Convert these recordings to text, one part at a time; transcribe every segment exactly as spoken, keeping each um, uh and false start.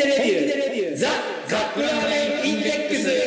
でレビューザ・カップラーメンインデックス。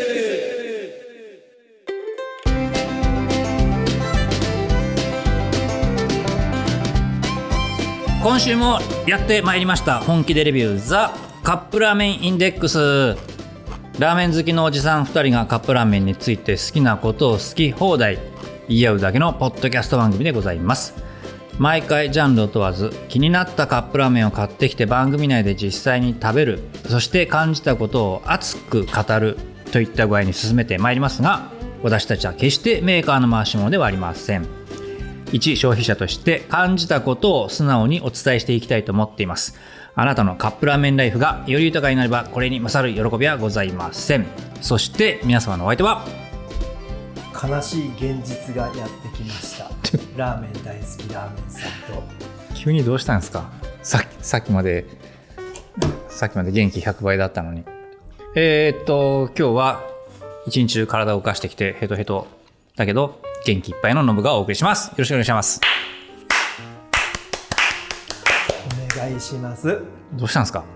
今週もやってまいりました本気でレビューザカップラーメンインデックス。ラーメン好きのおじさんふたりがカップラーメンについて好きなことを好き放題言い合うだけのポッドキャスト番組でございます。毎回ジャンルを問わず気になったカップラーメンを買ってきて番組内で実際に食べる、そして感じたことを熱く語るといった具合に進めてまいりますが、私たちは決してメーカーの回し物ではありません。一消費者として感じたことを素直にお伝えしていきたいと思っています。あなたのカップラーメンライフがより豊かになればこれに勝る喜びはございません。そして皆様のお相手は悲しい現実がやってきましたラーメン大好きラーメンさんと。 急にどうしたんですか。さっき、さっきまでさっきまで元気ひゃくばいだったのに。えー、っと今日は一日中体を動かしてきてヘトヘトだけど元気いっぱいのノブがお送りします。よろしくお願いします。 お願いします。 どうしたんですか。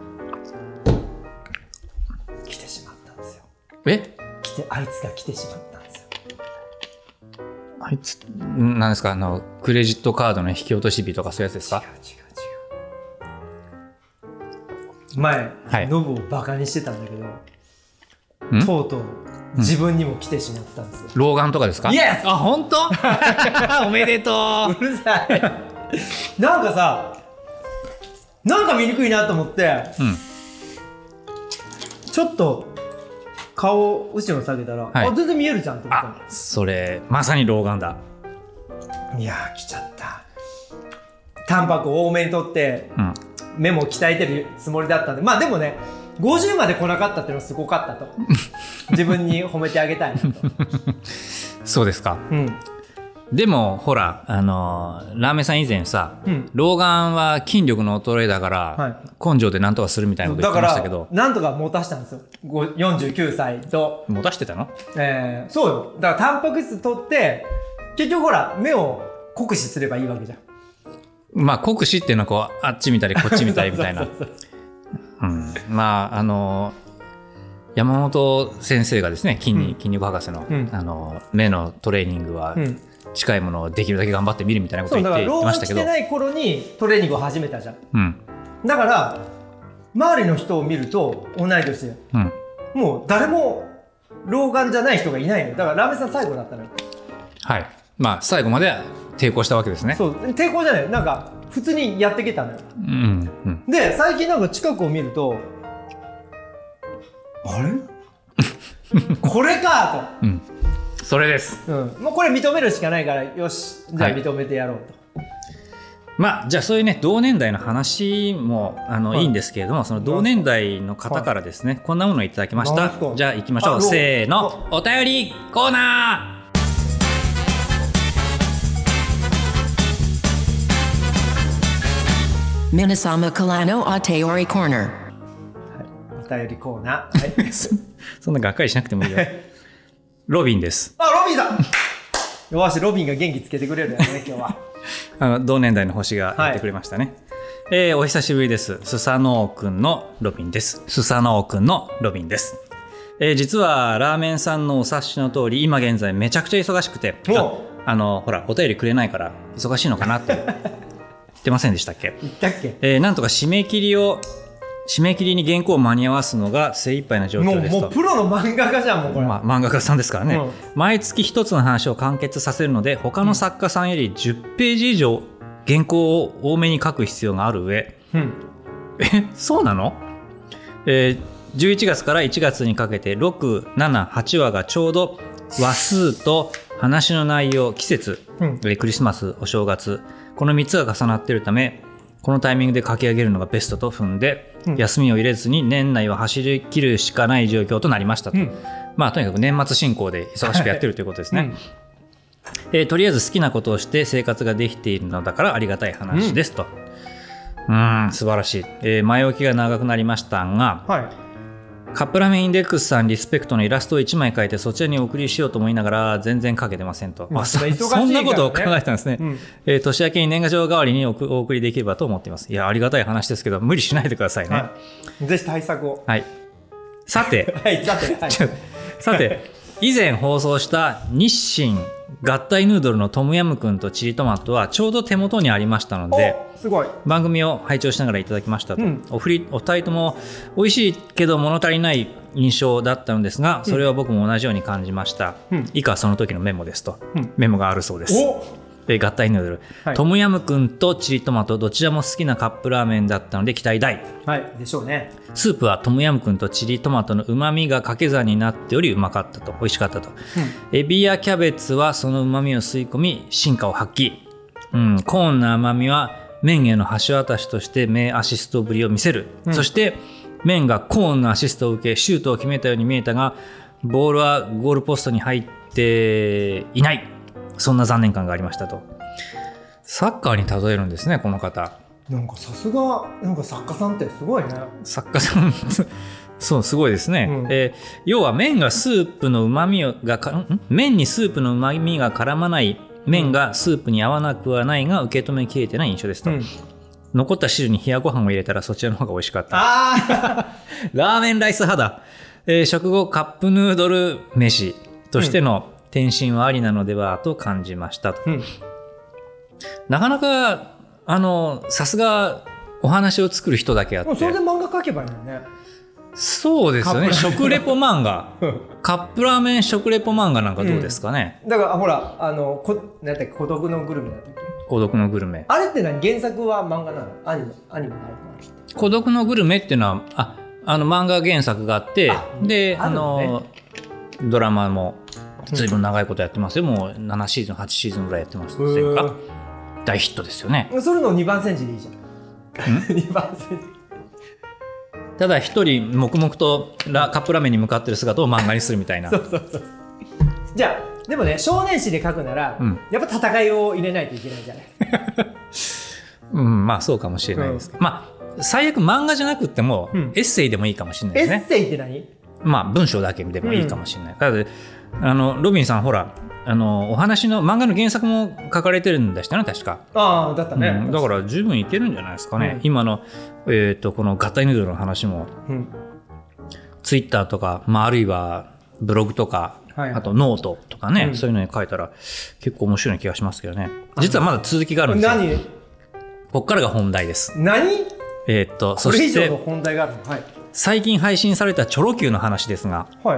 来てしまったんですよ。 え来てあいつが来てしまったんですよ。 あいつ何ですか。あのクレジットカードの引き落とし日とかそういうやつですか。 違う違う違う。前、 はい、 ノブをバカにしてたんだけど、とうとう自分にも来てしまったんですよ。 老眼とかですか。 イエス。 あ、本当おめでとう。うるさいなんかさ、なんか見にくいなと思って、うん、ちょっと顔を後ろに下げたら、はい、あ、全然見えるじゃんと思った。 あ、それまさに老眼だ。 いやー来ちゃった。タンパクを多めにとって、うん、目も鍛えてるつもりだったんで、まあでもねごじゅうまで来なかったっていうのはすごかったと自分に褒めてあげたいなとそうですか、うん、でもほら、あのー、ラーメンさん以前さ、うん、老眼は筋力の衰えだから、はい、根性でなんとかするみたいなこと言ってましたけど、 だからなんとか持たしたんですよ。よんじゅうきゅうさいと持たしてたの、 えー、そうよ。だからタンパク質取って結局ほら目を酷使すればいいわけじゃん。 まあ酷使っていうのはこうあっち見たりこっち見たりみたいなうん、まああの山本先生がですね、筋肉、うん、筋肉博士の、うん、あの目のトレーニングは近いものをできるだけ頑張ってみるみたいなことを言ってましたけど、 そうだから老眼してない頃にトレーニングを始めたじゃん、うん、だから周りの人を見ると同い年で、うん、もう誰も老眼じゃない人がいないの。だからラーメンさん最後だったのよ。 はい、まあ最後まで抵抗したわけですね。 そう、抵抗じゃない、なんか普通にやってきたのよ、うんうん、で最近なんか近くを見るとあれこれかと、うん、 それです、 うん、もうこれ認めるしかないから、よしじゃあ認めてやろうと、はい、 まあじゃあそういうね同年代の話もあの、はい、いいんですけれども、その同年代の方からですね、はい、こんなものをいただきました。じゃあ行きましょう。せーの、お便りコーナー。 皆様からのお便りコーナー、はい、 お便りコーナー、はい、 そんながっかりしなくてもいいよロビンです。 あ、ロビンだよし、ロビンが元気つけてくれるよね今日はあの同年代の星がやってくれましたね、はい。えー、お久しぶりです。スサノオくんのロビンです。スサノオくんのロビンです。えー、実はラーメンさんのお察しの通り、今現在めちゃくちゃ忙しくて、ああのほらお便りくれないから忙しいのかなって言ってませんでしたっけ。 言ったっけ、 えー、なんとか締め切りを締め切りに原稿を間に合わすのが精一杯な状況ですと。 もう、もうプロの漫画家じゃんもうこれ、 まあ、漫画家さんですからね、うん、毎月一つの話を完結させるので他の作家さんよりじゅっページ以上原稿を多めに書く必要がある上、うん、えそうなの、えー、じゅういちがつからいちがつにかけてろく、なな、はちわがちょうど話数と話の内容、季節、うん、クリスマス、お正月、このみっつが重なっているため、このタイミングで書き上げるのがベストと踏んで、うん、休みを入れずに年内は走り切るしかない状況となりましたと、うん、まあとにかく年末進行で忙しくやってるということですね、うんえー、とりあえず好きなことをして生活ができているのだからありがたい話ですと、うん、うーん素晴らしい、えー、前置きが長くなりましたが、はい、 カップラーメンインデックスさんリスペクトのイラストをいちまい描いてそちらにお送りしようと思いながら全然描けてませんと、 まああ、そ, それ忙しいからねそんなことを考えてたんですね、 うんえー年明けに年賀状代わりにおお送りできればと思っています。いやありがたい話ですけど無理しないでくださいね。 はい、ぜひ対策を。 はい、さてはいさて、はい、 ちょさて以前放送した日清合体ヌードルのトムヤムクンとチリトマトはちょうど手元にありましたのでおすごい。 番組を拝聴しながらいただきましたと、 うんおふりお二人とも美味しいけど物足りない印象だったのですがそれは僕も同じように感じました、うん、以下その時のメモですと、うん、メモがあるそうです。 おえ合体ヌードル、はい、トムヤムクンとチリトマトどちらも好きなカップラーメンだったので期待大。 はいでしょうね。 スープはトムヤムクンとチリトマトのうまみが掛け算になっておりうまかったと美味しかったと、うん、エビやキャベツはそのうまみを吸い込み進化を発揮、うん、コーンの甘みは麺への橋渡しとして名アシストぶりを見せる、うん、そして麺がコーンのアシストを受けシュートを決めたように見えたがボールはゴールポストに入っていない、そんな残念感がありましたと。サッカーに例えるんですねこの方。 なんかさすがなんか作家さんってすごいね。 作家さんそうすごいですね、うんえー、要は麺がスープのうまみがかん麺にスープのうまみが絡まない麺がスープに合わなくはないが受け止めきれてない印象ですと、うん、残った汁に冷やご飯を入れたらそちらの方が美味しかった。 あラーメンライス派だ、えー、食後カップヌードル飯としての転身はありなのではと感じましたと、うんなかなかあのさすがお話を作る人だけあってそれで漫画描けばいいのね。 そうですよね。食レポ漫画カップラーメン食レポ漫画なんかどうですかね、 うん、だからほらあのこなんだっけ孤独のグルメだったっけ。 孤独のグルメあれって何原作は漫画なのアニメアニメなの。 孤独のグルメっていうのはああの漫画原作があってあであ、ね、あのドラマもずいぶん長いことやってますよ、うん、もうななシーズンはちシーズンぐらいやってますでか大ヒットですよね。 それのにばん煎じでいいじゃん。にばん煎じただ一人黙々とラカップラーメンに向かってる姿を漫画にするみたいな。 そうそうそう。じゃあでもね少年誌で書くなら、うん、やっぱ戦いを入れないといけないじゃない。 うんまあそうかもしれないです、うん、まあ最悪漫画じゃなくても、うん、エッセイでもいいかもしれないですね。 エッセイって何？ まあ文章だけでもいいかもしれない、うん、ただあのロビンさんほらあのお話の漫画の原作も書かれてるんでしたね確か。 ああだったね、 うん、だから十分いけるんじゃないですかね、うん、今の、えー、とこの合体ヌードルの話も、うん、ツイッターとか、まあ、あるいはブログとか、はいはい、あとノートとかね、うん、そういうのに書いたら結構面白い気がしますけどね。実はまだ続きがあるんですよ。 何？ こっからが本題です。 何？ えー、っとそしてこれ以上の本題があるの、はい、 最近配信されたチョロ Q の話ですが、 はい、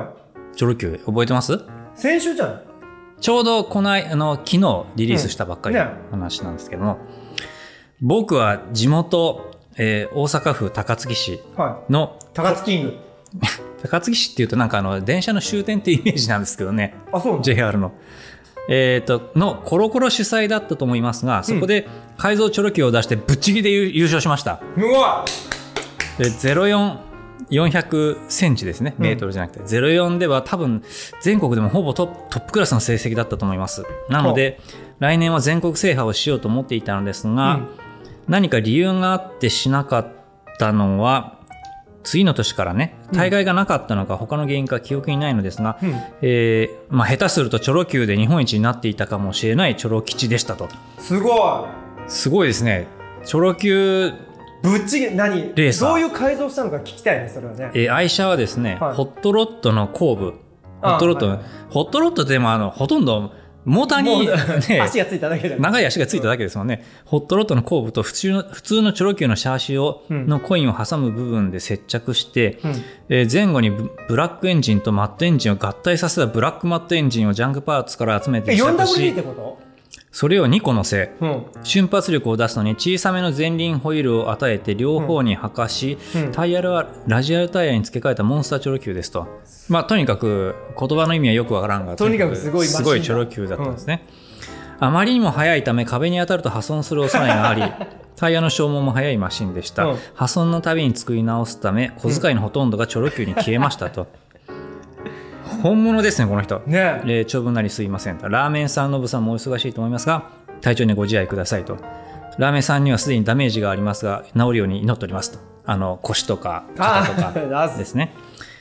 チョロ Q 覚えてます？ 先週じゃない？ ちょうどこのあの昨日リリースしたばっかりの話なんですけども、うんね、僕は地元、えー、大阪府高槻市の、はい、 高槻キング高槻市っていうとなんかあの電車の終点っていうイメージなんですけどね。 あそうなの？ ジェイアールのえー、とのコロコロ主催だったと思いますが、そこで改造チョロ Q を出してぶっちぎりで優勝しました。 うわでゼロよんよんひゃくセンチですね、メートルじゃなくて、うん、ゼロよんでは多分全国でもほぼトップ、トップクラスの成績だったと思います。なので来年は全国制覇をしようと思っていたのですが、うん、何か理由があってしなかったのは次の年からね大会がなかったのか、うん、他の原因か記憶にないのですが、うんえーまあ、下手するとチョロ Q で日本一になっていたかもしれないチョロ吉でしたと。 すごいすごいですね。チョロ Q ぶっちぎ何レーサーどういう改造したのか聞きたいねそれはね。 えー、愛車はですね、はい、ホットロッドの後部ホットロッド、はい、ホットロッドってもあのほとんどモーターに、 ね、足がついただけで長い足がついただけですもんね、うん、ホットロッドの後部と普通の普通のチョロ Q のシャーシを、うん、のコインを挟む部分で接着して、うんえー、前後に ブ, ブラックエンジンとマットエンジンを合体させたブラックマットエンジンをジャンクパーツから集めて試作しよんダブリューディー ってこと？ それをにこ乗せ、うん、瞬発力を出すのに小さめの前輪ホイールを与えて両方に履かし、うん、タイヤはラジアルタイヤに付け替えたモンスターチョロ Q ですと、まあ、とにかく言葉の意味はよくわからんがとにかくすごいマシンだ、 すごいチョロ Q だったんですね、うん、あまりにも速いため壁に当たると破損する恐れがありタイヤの消耗も速いマシンでした、うん、破損のたびに作り直すため小遣いのほとんどがチョロ Q に消えましたと本物ですねこの人、ねえー、長文なりすいませんと。ラーメンさんのぶさんもお忙しいと思いますが体調にご自愛くださいと。ラーメンさんにはすでにダメージがありますが治るように祈っておりますと。あの腰とか肩とかですね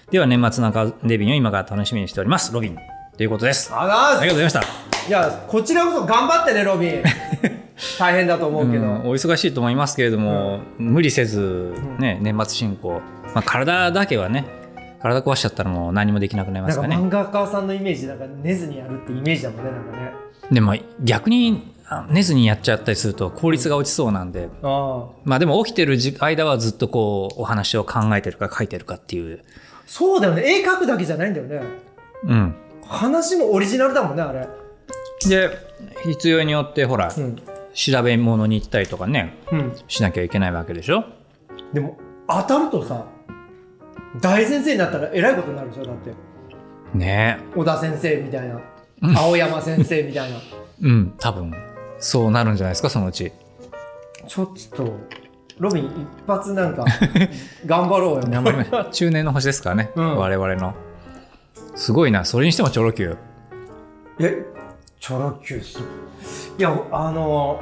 では年末なんかデビューを今から楽しみにしておりますロビンということです。 あありがとうございました。 いやこちらこそ頑張ってねロビン大変だと思うけど、うん、 お忙しいと思いますけれども、うん、無理せず、ね、年末進行、まあ、体だけはね体壊しちゃったらもう何もできなくなりますからね。 なんか漫画家さんのイメージなんか寝ずにやるってイメージだもんねなんかね。 でも逆に寝ずにやっちゃったりすると効率が落ちそうなんで、うん、あまあでも起きてる間はずっとこうお話を考えてるか書いてるかっていう。 そうだよね、絵描くだけじゃないんだよね。うん、話もオリジナルだもんねあれで。必要によってほら、うん、調べ物に行ったりとかね、うん、しなきゃいけないわけでしょ。 でも当たるとさ大先生になったらえらいことになるでしょ。だってね小田先生みたいな、うん、青山先生みたいなうん多分そうなるんじゃないですかそのうち。 ちょっとロビン一発なんか頑張ろうよ頑張りましょう。中年の星ですからね、うん、我々の。すごいな。それにしてもチョロ Q。 えチョロ Q すいやあの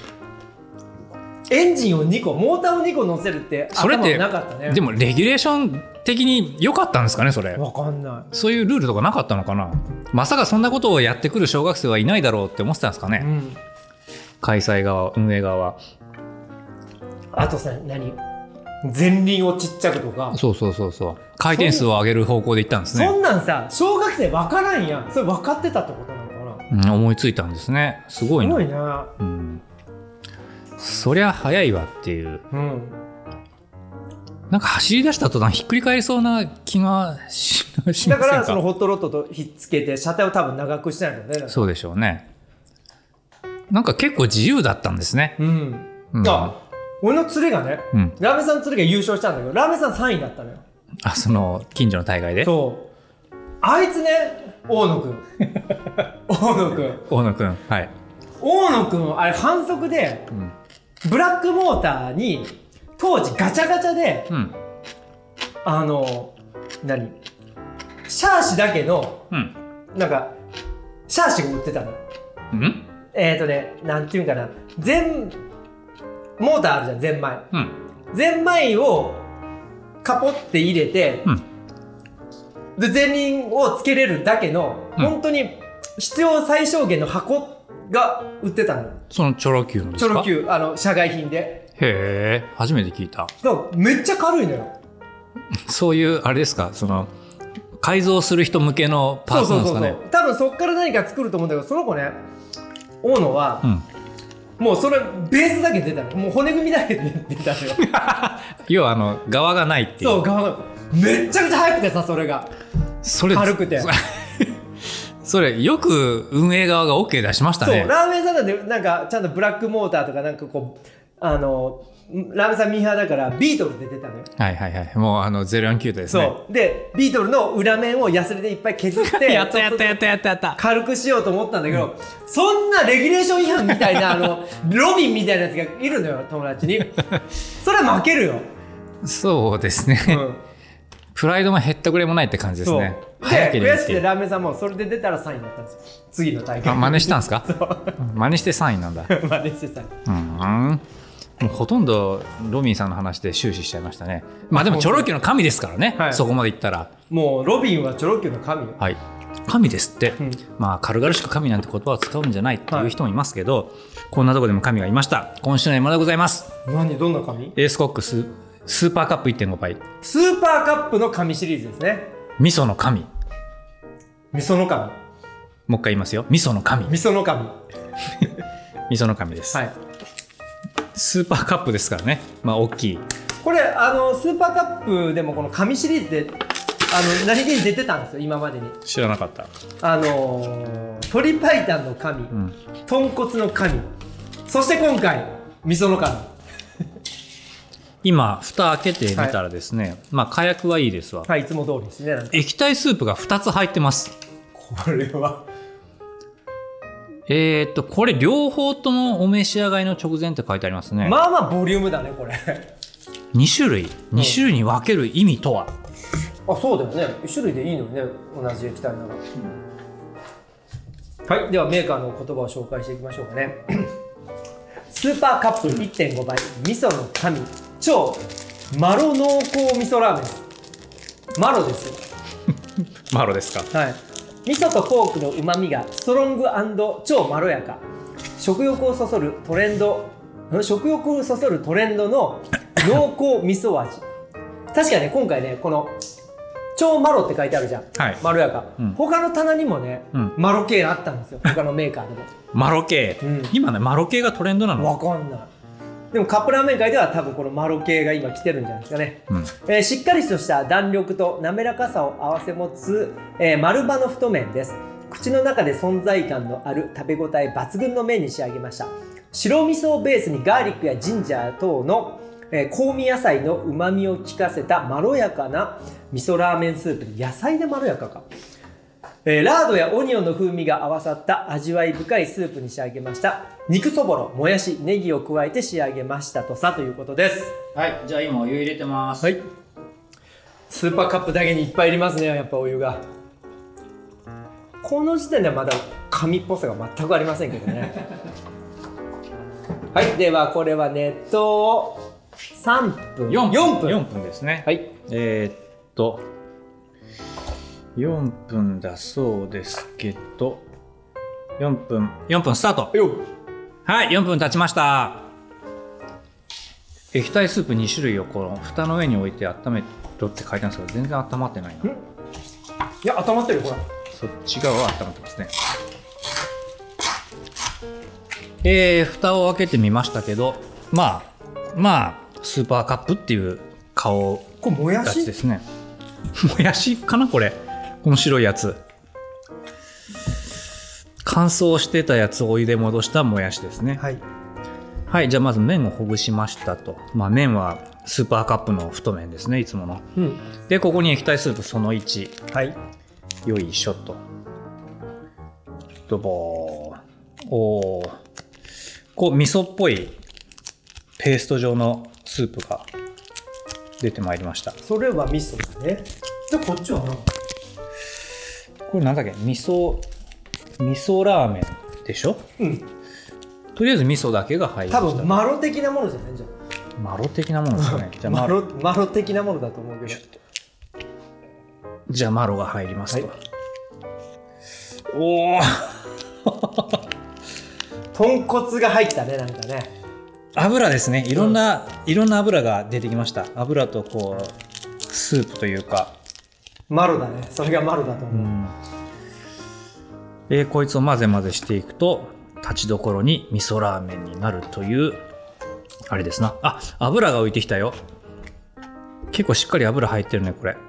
エンジンをにこモーターをにこ乗せるって頭なかったね。 でもレギュレーション的に良かったんですかねそれ。 わかんない。 そういうルールとかなかったのかな。まさかそんなことをやってくる小学生はいないだろうって思ってたんですかね、うん、開催側運営側は。 あとさ何前輪をちっちゃくとか。 そうそうそうそう回転数を上げる方向でいったんですね。 そんなんさ小学生分からんやん。それ分かってたってことなのかな、 うん、思いついたんですね。すごいな。 すごいな、うん、 そりゃ速いわっていう、うん、なんか走り出した途端ひっくり返りそうな気がしませんか。 だからそのホットロッドとひっつけて車体を多分長くしてないのね。 そうでしょうね。なんか結構自由だったんですね、うんうん、あ俺の連れがね、うん、ラーメンさんの連れが優勝したんだけどラーメンさんさんいだったのよ。 あその近所の大会で。 そうあいつね大野くん大野くん大野くんはい大野くんあれ反則で、うん、ブラックモーターに当時ガチャガチャで、うん、あの何シャーシだけの、うん、なんかシャーシが売ってたの、うん、えっ、ー、とねなんていうんかな全モーターあるじゃんゼンマイ、うん、ゼンマイをカポって入れて、うん、で前輪をつけれるだけの、うん、本当に必要最小限の箱が売ってたの。 そのチョロ Q のですか。 チョロ Q あの社外品で。へえ初めて聞いた。 だからめっちゃ軽いのよ。 そういうあれですかその改造する人向けのパーツなんですかね。そうそうそうそう多分そっから何か作ると思うんだけどその子ね大野は、うんもうそれベースだけ出たの。もう骨組みだけ出たのよ要はあの側がないっていう。 そう側がめっちゃくちゃ速くてさそれがそれ軽くてそれよく運営側が OK 出しましたね。 そうラーメンさんなんでなんかちゃんとブラックモーターとかなんかこうあのラーメンさんミーハーだからビートルで出てたのよ。 はいはいはいもうあのゼロよんきゅうですね。 そうでビートルの裏面をヤスリでいっぱい削ってやったやったやったやったやった軽くしようと思ったんだけど、うん、そんなレギュレーション違反みたいなあのロビンみたいなやつがいるのよ友達にそれは負けるよ。 そうですね、うん、プライドも減ったくれもないって感じですね。 で悔しくてラーメンさんもそれで出たらさんいになったんですよ次の大会。 あ真似したんですか真似してさんいなんだ真似してさんいうんもうほとんどロビンさんの話で終始しちゃいましたね。まあでもチョロ Q の神ですからね、はい、そこまでいったらもうロビンはチョロ Q の神よ。 はい神ですって、うん、まあ軽々しく神なんて言葉を使うんじゃないっていう人もいますけど、はい、こんなとこでも神がいました。今週の山でございます。 何どんな神。 エースコックススーパーカップ いってんご 倍スーパーカップの神シリーズですね。 味噌の神味噌の神もう一回言いますよ味噌の神味噌の神味噌の神です、はい、スーパーカップですからねまあ大きいこれあのスーパーカップでもこの神シリーズであの何気に出てたんですよ今までに。 知らなかった。 あのー、鶏白湯の神、うん、豚骨の神そして今回味噌の神今蓋開けてみたらですね、はい、まあ火薬はいいですわ。 はいいつも通りですね。なんか液体スープがふたつ入ってます。 これはえーっとこれ両方ともお召し上がりの直前って書いてありますね。 まあまあボリュームだねこれに種類に種類に分ける意味とは、 うん、あそうだよねいち種類でいいのにね同じ液体なら、うん、はいではメーカーの言葉を紹介していきましょうかねスーパーカップ いってんご 倍味噌の神超マロ濃厚味噌ラーメンマロですよ。 マロですか。 はい。味噌とポークの旨味がストロング&超まろやか。食欲をそそるトレンド、食欲をそそるトレンドの濃厚味噌味。確かにね、今回ね、この超マロって書いてあるじゃん。 はい、 まろやか、 うん。 他の棚にもね、うん、マロ系あったんですよ。他のメーカーでも。 マロ系、うん、今ね、マロ系がトレンドなの？ わかんない。でもカップラーメン界では多分このマロ系が今来てるんじゃないですかね。うん、えー、しっかりとした弾力と滑らかさを合わせ持つ、えー、丸葉の太麺です。口の中で存在感のある食べ応え抜群の麺に仕上げました。白味噌をベースにガーリックやジンジャー等の、えー、香味野菜の旨味を効かせたまろやかな味噌ラーメンスープで、野菜でまろやかか。えー、ラードやオニオンの風味が合わさった味わい深いスープに仕上げました。肉そぼろ、もやし、ネギを加えて仕上げましたとさということです。 はい、じゃあ今お湯入れてます。 はい。スーパーカップだけにいっぱいいりますね、やっぱお湯が。この時点ではまだ紙っぽさが全くありませんけどね。はい、ではこれは熱湯をさんぷん、 よんぷん、 よんぷん、 よんぷんですね。 はい。 えー、っとよんぷんだそうですけど、よんぷん、よんぷんスタート。はい、よんぷん経ちました。液体スープに種類をこの蓋の上に置いて温めろって書いてあるんですけど、全然温まってないな。 いや、温まってるよ、ほら。 そっち側は温まってますね。えー、蓋を開けてみましたけど、まあまあスーパーカップっていう顔立ちですね。もやしかな、これ。この白いやつ。乾燥してたやつをお湯で戻したもやしですね。 はい。 はい、じゃあまず麺をほぐしましたと。まあ麺はスーパーカップの太麺ですね、いつもの。うん、で、ここに液体スープそのいち。 はい。 よいしょと。ドボー。おー。こう味噌っぽいペースト状のスープが出てまいりました。 それは味噌だね。で、こっちは何？ これなんだっけ、味噌味噌ラーメンでしょ。うん。とりあえず味噌だけが入りました。 多分マロ的なものじゃないじゃん。 マロ的なものですかね。 じゃあマロマロ的なものだと思うけど。 じゃあマロが入りますと。はい、おお。 豚骨が入ったね、なんかね。 油ですね。いろんな、うん、いろんな油が出てきました。油とこうスープというか。 マロだね。それがマロだと思う。うん、 えー、こいつを混ぜ混ぜしていくと立ちどころに味噌ラーメンになるというあれですな。あ、油が浮いてきたよ。結構しっかり油入ってるね、これ。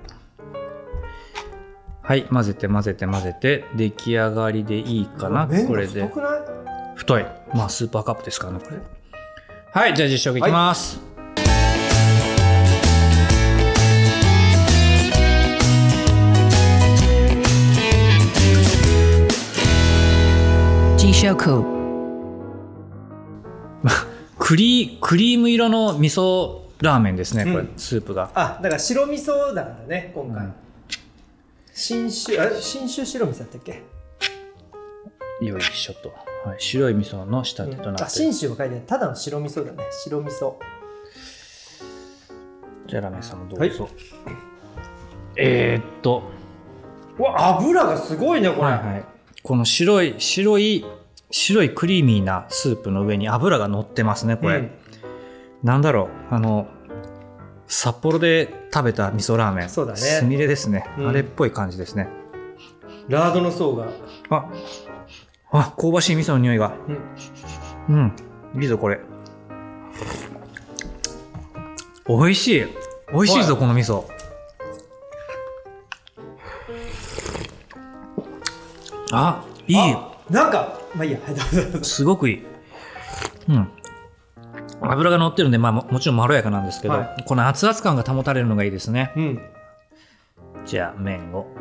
はい、混ぜて混ぜて混ぜて出来上がりでいいかな。これで。 太くない？ 太い。まあスーパーカップですからね、これ。はい、じゃあ実食いきます。はいクリ、クリーム色の味噌ラーメンですね、これ、うん、スープが。 あ、だから白味噌だからね、今回。うん、新酒、あれ新酒白味噌だったっけ？ よいしょと。はい、白い味噌の仕立てとなって、うん、あ、 新酒が書いてない。ただの白味噌だね、白味噌。 じゃあラーメンさんもどうぞ。はい、えー、っと。 うわ、油がすごいね、これ。はいはい、 この白い、白い、白いクリーミーなスープの上に油が乗ってますね、これ。うん、なんだろう、あの、札幌で食べた味噌ラーメン。 そうだね。 すみれですね、うん。あれっぽい感じですね。 ラードの層が。 あ、あ、香ばしい味噌の匂いが。うん。うん。いいぞ、これ。美味しい。美味しいぞ、この味噌。あ、いい。 なんか、まあいいや、 すごくいい。うん。油が乗ってるんで、まあ も, もちろんまろやかなんですけど、はい、この熱々感が保たれるのがいいですね。うん、じゃあ麺を。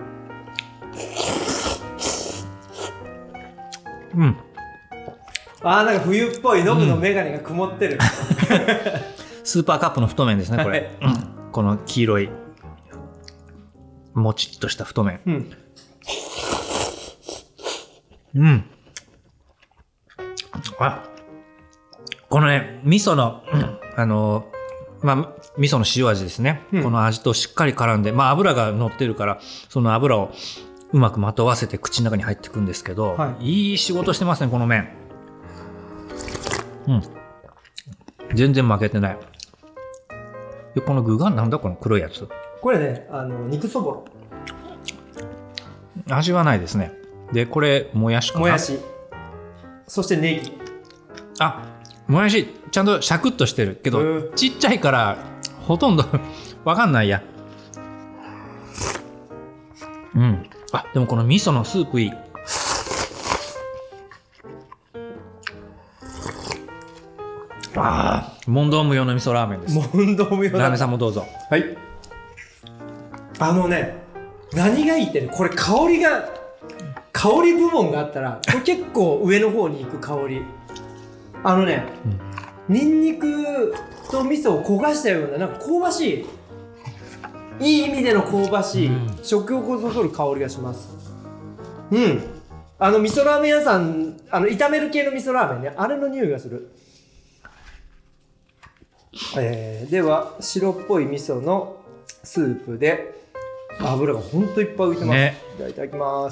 うん。 あー、なんか冬っぽいノブのメガネが曇ってる。うん、 スーパーカップの太麺ですね、これ。はい、うん、この黄色いもちっとした太麺。うん。うん。あ、このね、味噌の、うん、あのまあ味噌の塩味ですね、 うん、 この味としっかり絡んで、まあ油が乗ってるからその油をうまくまとわせて口の中に入っていくんですけど、はい、いい仕事してますねこの麺。うん、全然負けてない。でこの具がなんだこの黒いやつ。 これね、あの肉そぼろ。 味はないですね。でこれもやしかな。 もやし、そしてネギ。 あ、もやしちゃんとシャクッとしてるけどちっちゃいからほとんどわかんないや。うん。あ、でもこの味噌のスープいい。ああ、問答無用の味噌ラーメンです。 問答無用ラーメンさんもどうぞ。 はい。あのね、何がいいってね、これ香りが香り部門があったらこれ結構上の方に行く香り。あのね、うん、ニンニクと味噌を焦がしたような、なんか香ばしい、いい意味での香ばしい、うん、食欲をそそる香りがします。うん。あの味噌ラーメン屋さん、あの炒める系の味噌ラーメンね、あれの匂いがする。えー、では白っぽい味噌のスープで油がほんといっぱい浮いてます、ね、じゃあいただきます。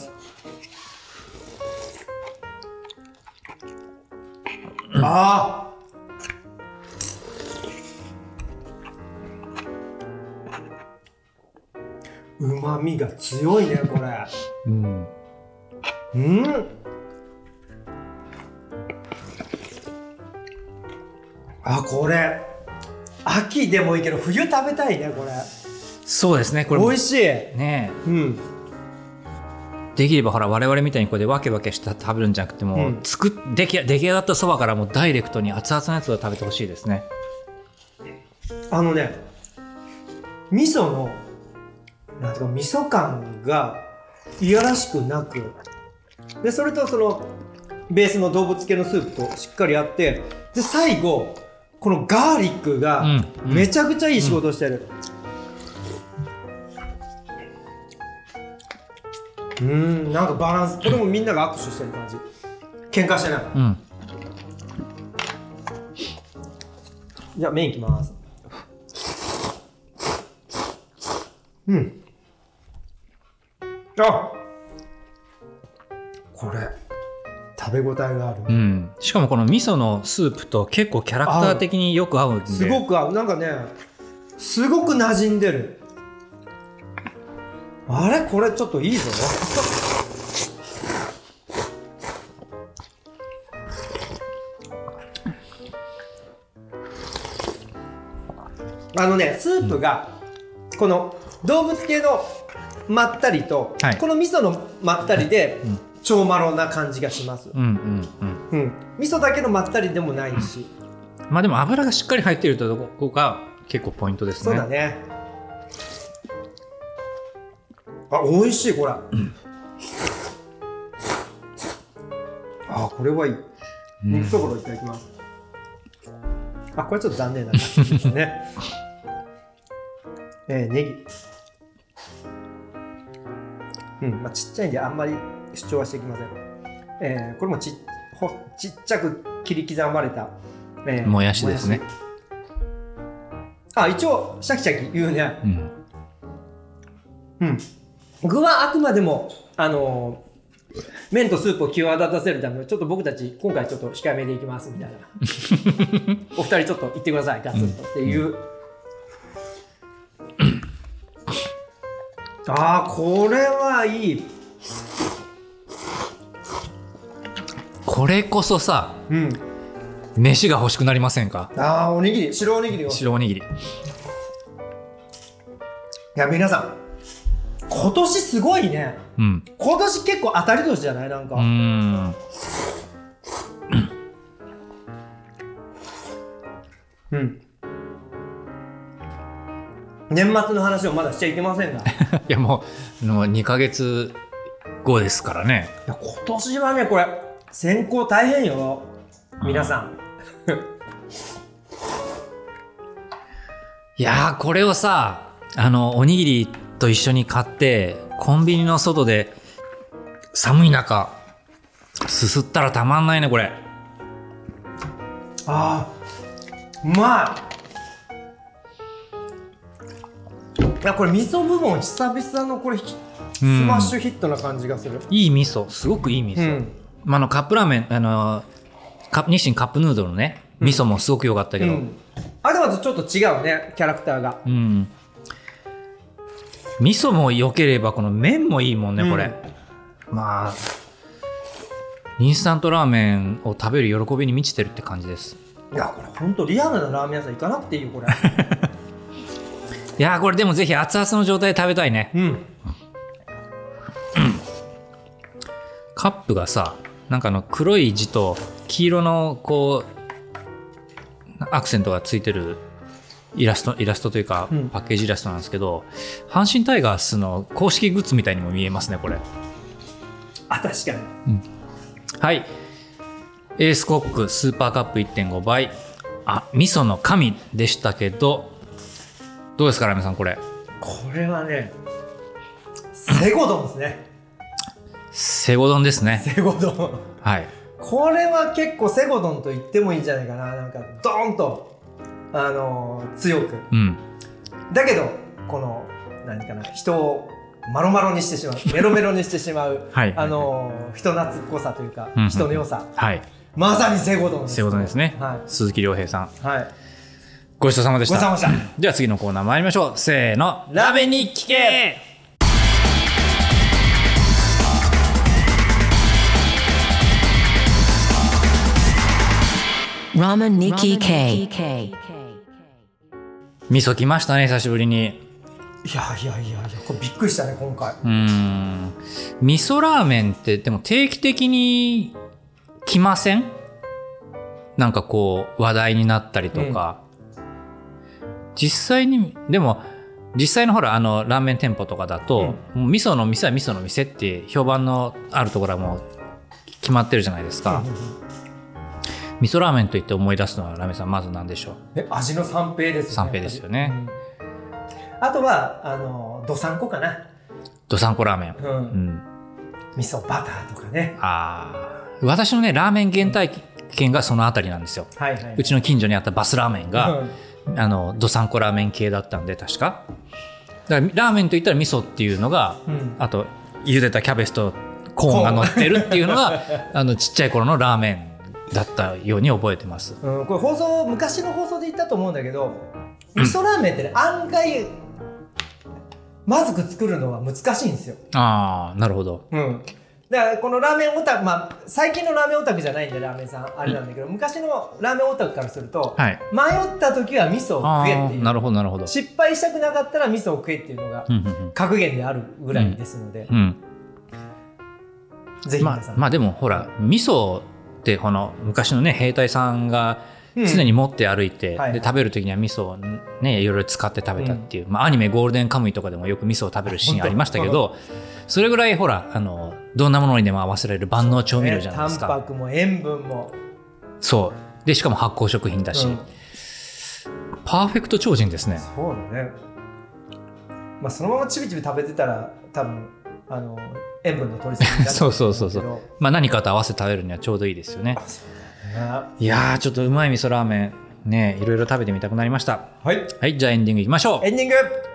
うん、あー、うまみが強いねこれ。うん、うん、あ、これ秋でもいいけど冬食べたいねこれ。 そうですね、これ美味しいね。うん。できればほら我々みたいにこれでわけわけした食べるんじゃなくても、うん、作っ出来出来上がったそばからもうダイレクトに熱々のやつを食べてほしいですね。 あのね、味噌のなんていうか味噌感がいやらしくなく、でそれとそのベースの動物系のスープとしっかりあって、で最後このガーリックがめちゃくちゃいい仕事をしてる。うん、うん、なんかバランス、これもみんなが握手してる感じ。喧嘩してない。うん、じゃあ麺いきます。うん。あ、これ食べ応えがある、 うん、しかもこの味噌のスープと結構キャラクター的によく合うんで、 すごく合う。なんかね、すごく馴染んでる。あれ、これちょっといいぞ。あのね、スープがこの動物系のまったりと、はい、この味噌のまったりで、うん、超マロな感じがします。うんうんうん。うん。味噌だけのまったりでもないし。 まあでも油がしっかり入っているとこが結構ポイントですね。 そうだね。あ、美味しいこれ。うん、あ、これはいい。肉そぼろいただきます。うん、あ、これちょっと残念な感じですね。えー、ネギ。うん、まあちっちゃいんであんまり主張はしてきません。えー、これもちほちっちゃく切り刻まれた、 えー、もやしですね。 あ、一応シャキシャキ言うね。うん。うん。具はあくまでもあのー、麺とスープを際立たせるためにちょっと僕たち今回ちょっと控えめでいきますみたいな。お二人ちょっと言ってくださいガツンとっていう。うん、あー、これはいい。 これこそさ、うん、飯が欲しくなりませんか？ あー、おにぎり、白おにぎりを。 白おにぎり。いや、皆さん今年すごいね、うん、今年結構当たり年じゃない？なんかうーんうん年末の話をまだしちゃいけませんがいやもう、もうにかげつごですからね。 いや今年はね、これ選考大変よ皆さん。 いやー、これをさ、あのおにぎりと一緒に買ってコンビニの外で寒い中すすったらたまんないねこれ。 あー、うまい。 いやこれ味噌部門久々のこれスマッシュヒットな感じがする。 いい味噌、すごくいい味噌、うんまあ、あのカップラーメンあのカ日清カップヌードルのね味噌もすごく良かったけど、うん、 あれはちょっと違うねキャラクターが、うん、 味噌も良ければこの麺もいいもんねこれ、うん、まあインスタントラーメンを食べる喜びに満ちてるって感じです。 いやこれ本当リアルなラーメン屋さん行かなくていいよこれいやこれでもぜひ熱々の状態で食べたいね、うんうん、カップがさなんかあの黒い字と黄色のこうアクセントがついてるイラストイラストというかパッケージイラストなんですけど、うん、阪神タイガースの公式グッズみたいにも見えますねこれ。 あ確かに、 うん、はいエースコックスーパーカップ いってんご 倍あ味噌の神でしたけどどうですかラーメンさんこれ。 これはねセゴ丼ですね。 セゴ丼ですね。 セゴ丼はいこれは結構セゴ丼と言ってもいいんじゃないかな。なんかドーンとあのー、強く、うん、だけどこの何かな人をマロマロにしてしまうメロメロにしてしまうはい、あのー、人懐っこさというか、うんうん、人の良さ、はい、まさにセゴ丼です。 セゴ丼ですね、はい、鈴木亮平さん、 はい、 ごちそうさまでした。 ごちそうさまでした。 では次のコーナー参りましょう。せーのラーメンに聞け。 ラーメンに聞け。 味噌来ましたね久しぶりに。 いやいやいやいやこれびっくりしたね今回。 うーん味噌ラーメンってでも定期的に来ません？なんかこう話題になったりとか、うん、実際にでも実際のほらあのラーメン店舗とかだと、うん、味噌の店は味噌の店って評判のあるところはもう決まってるじゃないですか、うんうんうん、味噌ラーメンといって思い出すのはラーメンさんまず何でしょう？ え味の三平ですよね。 三平ですよね、 うん、あとはあのどさんこかな。 どさんこラーメン、うんうん、 味噌バターとかね。 あ私のねラーメン原体験がそのあたりなんですよ、はいはいはい、うちの近所にあったバスラーメンが、うん、あのどさんこラーメン系だったんで確かだからラーメンといったら味噌っていうのが、うん、あと茹でたキャベツとコーンが乗ってるっていうのがあのちっちゃい頃のラーメンだったように覚えてます、 うん、これ放送昔の放送で言ったと思うんだけど味噌ラーメンってね、うん、案外まずく作るのは難しいんですよ。 ああなるほど、 うんだからこのラーメンオタク、まあ、最近のラーメンオタクじゃないんでラーメンさんあれなんだけど、うん、昔のラーメンオタクからすると、はい、迷った時は味噌を食えっていう。 なるほどなるほど。 失敗したくなかったら味噌を食えっていうのが格言であるぐらいですので、うんうんうん、ぜひ皆さん、 まあ、まあでもほら味噌ってこの昔のね兵隊さんが常に持って歩いて、うんはいはい、で食べる時には味噌をねいろいろ使って食べたっていう、うんまあ、アニメゴールデンカムイとかでもよく味噌を食べるシーンありましたけどそれぐらいほらあのどんなものにでも合わせられる万能調味料じゃないですか、 ね、タンパクも塩分もそうでしかも発酵食品だし、うん、パーフェクト超人ですね。 そうだね、まあ、そのままちびちび食べてたら多分あの塩分の取りすぎになるそうそうそうそう、まあ、何かと合わせて食べるにはちょうどいいですよね。いやーちょっとうまい味噌ラーメンねいろいろ食べてみたくなりました。 はい、 はい、じゃあエンディングいきましょう。 エンディング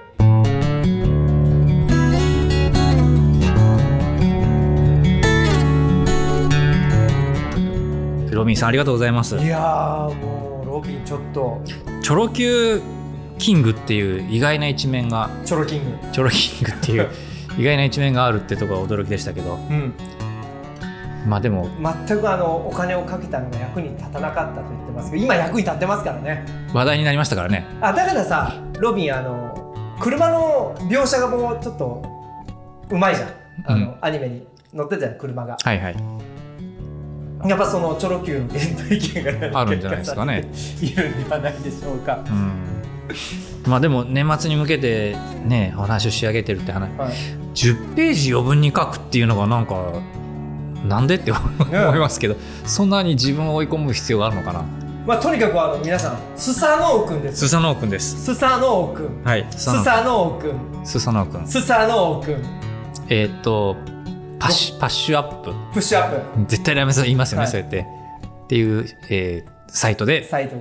ロビンさんありがとうございます。 いやーもうロビンちょっとチョロ Q キングっていう意外な一面がチョロキングチョロキングっていう意外な一面があるってところが驚きでしたけど、うんまあでも全くあのお金をかけたのが役に立たなかったと言ってますけど今役に立ってますからね。 話題になりましたからね。 あだからさロビンあの車の描写がもうちょっとうまいじゃんあの、うん、アニメに載ってたじゃん車が。 はいはいやっぱそのチョロ Q の原体験があるんじゃないですかねいるんではないでしょうか。うんまあでも年末に向けてねお話を仕上げてるって話、はい、じゅっページ余分に書くっていうのがなんかなんでって思いますけど、うん、そんなに自分を追い込む必要があるのかな。 まあとにかくあの皆さんスサノオくんです。 スサノオくんです。 スサノオくんはいスサノオくんスサノオくんスサノオくんえー、っとパッシュパッシュアッププッシュアップ絶対ラーメンさん言いますよね、はい、そうやってっていう、えー、サイトでサイトから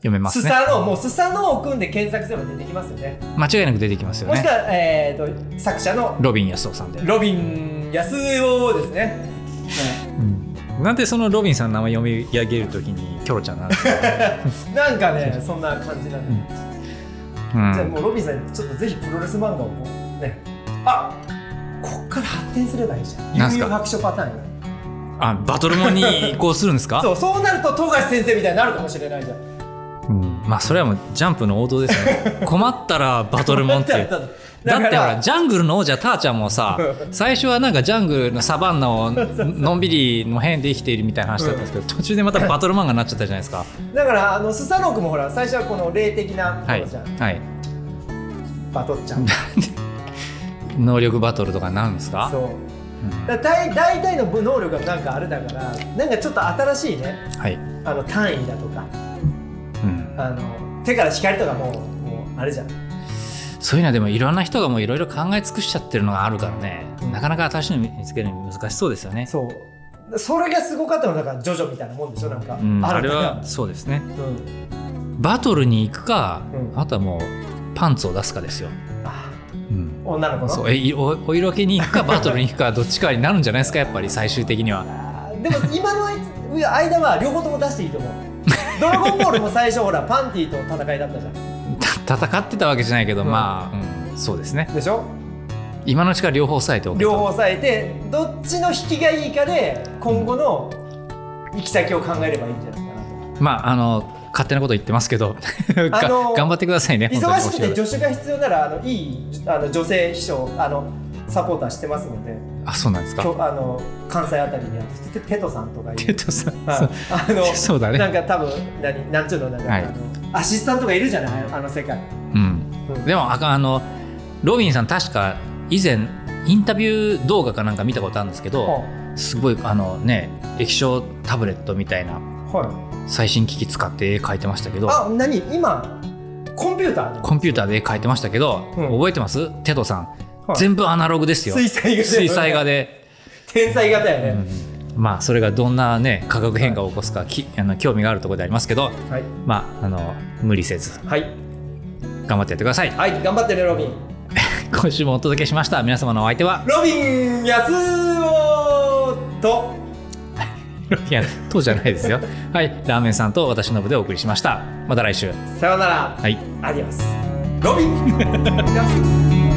読めますね。 スサノオ、もうスサノオくんで検索すれば出てきますよね。 間違いなく出てきますよね。 もしくは、えー、と作者のロビン安夫さんで。 ロビン安夫ですね。 うん、なんでそのロビンさんの名前読み上げるときにキョロちゃんなんですかなんかね、そんな感じなんで、 うん、 じゃあもうロビンさんちょっとぜひプロレス漫画をこうね、あ、こっから発展すればいいじゃん。 なんすか、 悠々白書パターンよ。 あ、バトルモンに移行するんですかそう、そうなると富樫先生みたいになるかもしれないじゃん。 うん、まあそれはもうジャンプの王道ですね困ったらバトルモンっていうだってほらジャングルの王者ターちゃんもさ最初はなんかジャングルのサバンナをのんびりの辺で生きているみたいな話だったんですけど、途中でまたバトル漫画になっちゃったじゃないですか。 だからあのスサノオ君もほら最初はこの霊的なものじゃん、 はい、はい、 バトっちゃう能力バトルとかなんですか。 そう、うん、だ大大体の能力がなんかあれだからなんかちょっと新しいね、はい、あの単位だとか、うん、あの手から光とかもう、もうあれじゃん。 そういうのはでもいろんな人がもういろいろ考え尽くしちゃってるのがあるからね、うん、なかなか新しいの見つけるの難しそうですよね。 そうそれがすごかったのだからジョジョみたいなもんでしょ。なんか、うん、 あれはそうですね、うん、バトルに行くか、うん、あとはもうパンツを出すかですよ。あ、 うん、女の子のそうえ お, お色気に行くかバトルに行くかどっちかになるんじゃないですかやっぱり最終的には。 でも今の間は両方とも出していいと思うドラゴンボールも最初ほらパンティと戦いだったじゃん戦ってたわけじゃないけど、うん、まあ、うん、そうですね。 でしょ。 今のうちから両方抑えておくと。 両方抑えてどっちの引きがいいかで今後の行き先を考えればいいんじゃないかなと。 まああの勝手なこと言ってますけどあの頑張ってくださいね。 忙しくて助手が必要ならあのいいあの女性秘書あのサポーターしてますので。 あ、そうなんですか。 あの関西あたりにあってテトさんとかいうテトさん、 あのそうだね。 なんか多分何なんちゅうのなんか、はい、あのアシスタントがいるじゃないあの世界。 うん。うん、でもああのロビンさん確か以前インタビュー動画かなんか見たことあるんですけど、はあ、すごいあのね液晶タブレットみたいな、はい、最新機器使って絵描いてましたけど。 あ、何今コンピューターでコンピューターで絵描いてましたけど、うん、覚えてます？テトさん。はい、全部アナログですよ。 水彩画で。 水彩画で。 天才型やね、 うん、まあそれがどんなね化学変化を起こすか、はい、きあの興味があるところでありますけど、はい、まああの無理せず、はい、頑張ってやってください。 はい、頑張ってねロビン今週もお届けしました皆様のお相手はロビン安夫とロビン安夫じゃないですよはい、ラーメンさんと私の部でお送りしました。また来週。 さようなら。 はい、 アディオスロビン安夫